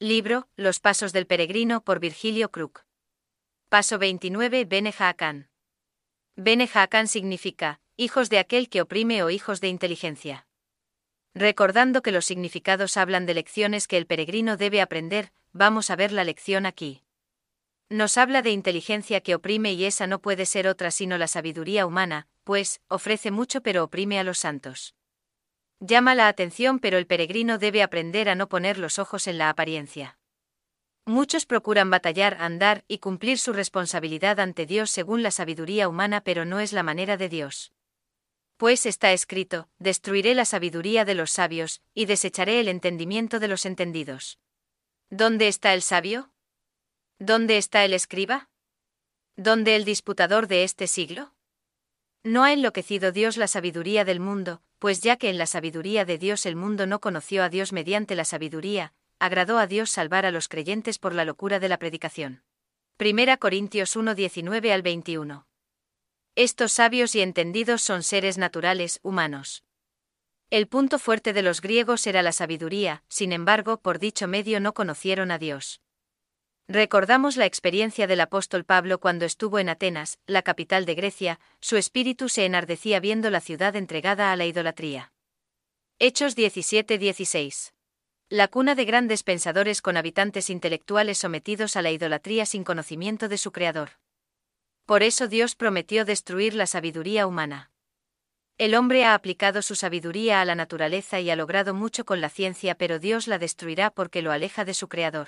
Libro, Los pasos del peregrino por Virgilio Krug. Paso 29. Bene Haakon. Bene Haakon significa, hijos de aquel que oprime o hijos de inteligencia. Recordando que los significados hablan de lecciones que el peregrino debe aprender, vamos a ver la lección aquí. Nos habla de inteligencia que oprime y esa no puede ser otra sino la sabiduría humana, pues, ofrece mucho pero oprime a los santos. Llama la atención pero el peregrino debe aprender a no poner los ojos en la apariencia. Muchos procuran batallar, andar y cumplir su responsabilidad ante Dios según la sabiduría humana pero no es la manera de Dios. Pues está escrito, destruiré la sabiduría de los sabios, y desecharé el entendimiento de los entendidos. ¿Dónde está el sabio? ¿Dónde está el escriba? ¿Dónde el disputador de este siglo? No ha enloquecido Dios la sabiduría del mundo, pues ya que en la sabiduría de Dios el mundo no conoció a Dios mediante la sabiduría, agradó a Dios salvar a los creyentes por la locura de la predicación. 1 Corintios 1, 19 al 21. Estos sabios y entendidos son seres naturales, humanos. El punto fuerte de los griegos era la sabiduría, sin embargo, por dicho medio no conocieron a Dios. Recordamos la experiencia del apóstol Pablo cuando estuvo en Atenas, la capital de Grecia, su espíritu se enardecía viendo la ciudad entregada a la idolatría. Hechos 17-16. La cuna de grandes pensadores con habitantes intelectuales sometidos a la idolatría sin conocimiento de su creador. Por eso Dios prometió destruir la sabiduría humana. El hombre ha aplicado su sabiduría a la naturaleza y ha logrado mucho con la ciencia, pero Dios la destruirá porque lo aleja de su creador.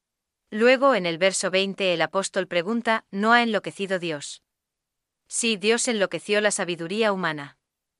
Luego en el verso 20 el apóstol pregunta, ¿no ha enloquecido Dios? Sí, Dios enloqueció la sabiduría humana.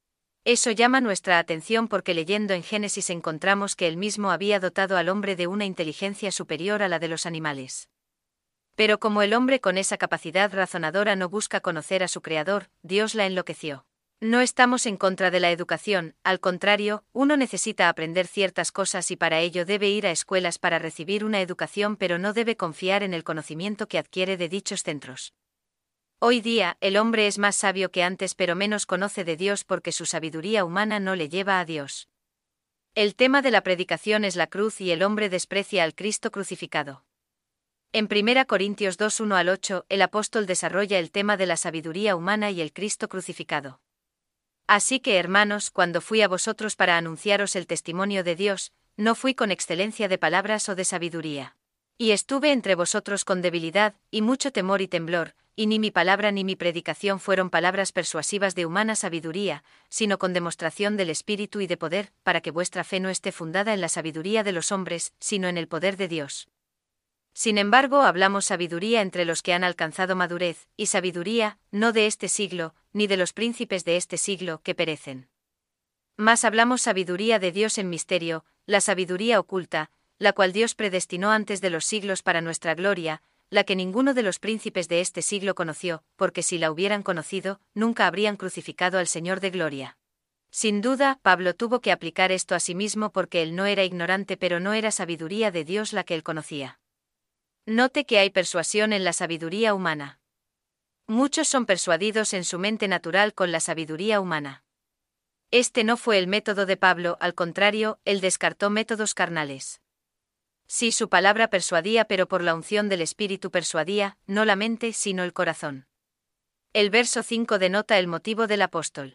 Eso llama nuestra atención porque leyendo en Génesis encontramos que él mismo había dotado al hombre de una inteligencia superior a la de los animales. Pero como el hombre con esa capacidad razonadora no busca conocer a su creador, Dios la enloqueció. No estamos en contra de la educación, al contrario, uno necesita aprender ciertas cosas y para ello debe ir a escuelas para recibir una educación, pero no debe confiar en el conocimiento que adquiere de dichos centros. Hoy día, el hombre es más sabio que antes pero menos conoce de Dios porque su sabiduría humana no le lleva a Dios. El tema de la predicación es la cruz y el hombre desprecia al Cristo crucificado. En 1 Corintios 2, 1 al 8, el apóstol desarrolla el tema de la sabiduría humana y el Cristo crucificado. Así que, hermanos, cuando fui a vosotros para anunciaros el testimonio de Dios, no fui con excelencia de palabras o de sabiduría. Y estuve entre vosotros con debilidad, y mucho temor y temblor, y ni mi palabra ni mi predicación fueron palabras persuasivas de humana sabiduría, sino con demostración del Espíritu y de poder, para que vuestra fe no esté fundada en la sabiduría de los hombres, sino en el poder de Dios. Sin embargo, hablamos sabiduría entre los que han alcanzado madurez, y sabiduría, no de este siglo, ni de los príncipes de este siglo, que perecen. Mas hablamos sabiduría de Dios en misterio, la sabiduría oculta, la cual Dios predestinó antes de los siglos para nuestra gloria, la que ninguno de los príncipes de este siglo conoció, porque si la hubieran conocido, nunca habrían crucificado al Señor de gloria. Sin duda, Pablo tuvo que aplicar esto a sí mismo porque él no era ignorante, pero no era sabiduría de Dios la que él conocía. Note que hay persuasión en la sabiduría humana. Muchos son persuadidos en su mente natural con la sabiduría humana. Este no fue el método de Pablo, al contrario, él descartó métodos carnales. Sí, su palabra persuadía, pero por la unción del Espíritu persuadía, no la mente, sino el corazón. El verso 5 denota el motivo del apóstol.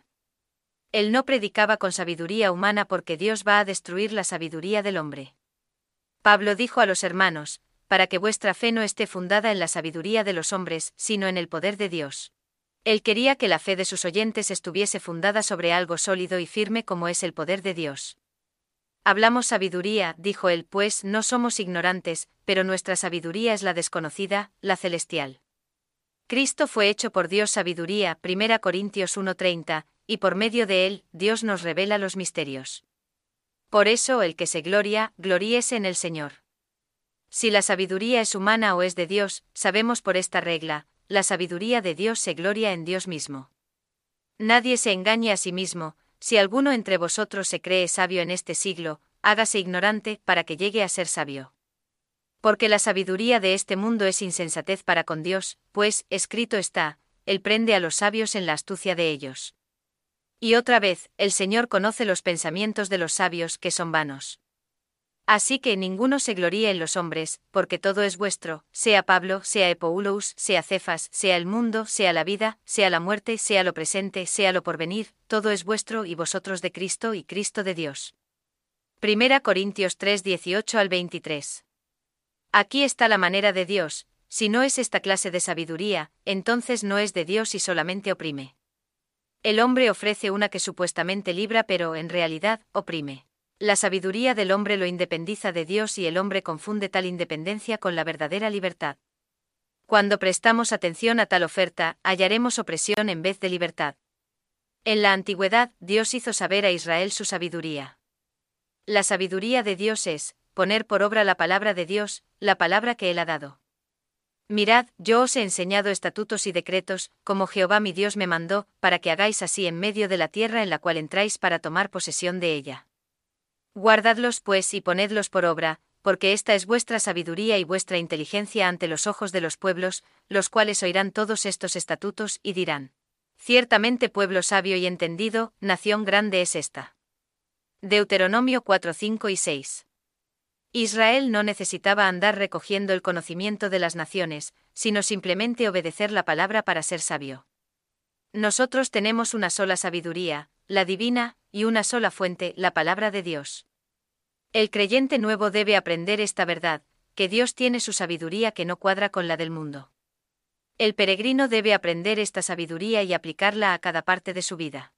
Él no predicaba con sabiduría humana porque Dios va a destruir la sabiduría del hombre. Pablo dijo a los hermanos, para que vuestra fe no esté fundada en la sabiduría de los hombres, sino en el poder de Dios. Él quería que la fe de sus oyentes estuviese fundada sobre algo sólido y firme como es el poder de Dios. Hablamos sabiduría, dijo él, pues no somos ignorantes, pero nuestra sabiduría es la desconocida, la celestial. Cristo fue hecho por Dios sabiduría, 1 Corintios 1:30, y por medio de él, Dios nos revela los misterios. Por eso el que se gloria, gloríese en el Señor. Si la sabiduría es humana o es de Dios, sabemos por esta regla, la sabiduría de Dios se gloria en Dios mismo. Nadie se engañe a sí mismo, si alguno entre vosotros se cree sabio en este siglo, hágase ignorante para que llegue a ser sabio. Porque la sabiduría de este mundo es insensatez para con Dios, pues, escrito está, Él prende a los sabios en la astucia de ellos. Y otra vez, el Señor conoce los pensamientos de los sabios que son vanos. Así que ninguno se gloríe en los hombres, porque todo es vuestro, sea Pablo, sea Epoulos, sea Cefas, sea el mundo, sea la vida, sea la muerte, sea lo presente, sea lo porvenir, todo es vuestro y vosotros de Cristo y Cristo de Dios. 1 Corintios 3, 18 al 23. Aquí está la manera de Dios: si no es esta clase de sabiduría, entonces no es de Dios y solamente oprime. El hombre ofrece una que supuestamente libra pero, en realidad, oprime. La sabiduría del hombre lo independiza de Dios y el hombre confunde tal independencia con la verdadera libertad. Cuando prestamos atención a tal oferta, hallaremos opresión en vez de libertad. En la antigüedad, Dios hizo saber a Israel su sabiduría. La sabiduría de Dios es poner por obra la palabra de Dios, la palabra que Él ha dado. Mirad, yo os he enseñado estatutos y decretos, como Jehová mi Dios me mandó, para que hagáis así en medio de la tierra en la cual entráis para tomar posesión de ella. Guardadlos pues y ponedlos por obra, porque esta es vuestra sabiduría y vuestra inteligencia ante los ojos de los pueblos, los cuales oirán todos estos estatutos y dirán: ciertamente pueblo sabio y entendido, nación grande es esta. Deuteronomio 4, 5 y 6. Israel no necesitaba andar recogiendo el conocimiento de las naciones, sino simplemente obedecer la palabra para ser sabio. Nosotros tenemos una sola sabiduría, la divina, y una sola fuente, la palabra de Dios. El creyente nuevo debe aprender esta verdad, que Dios tiene su sabiduría que no cuadra con la del mundo. El peregrino debe aprender esta sabiduría y aplicarla a cada parte de su vida.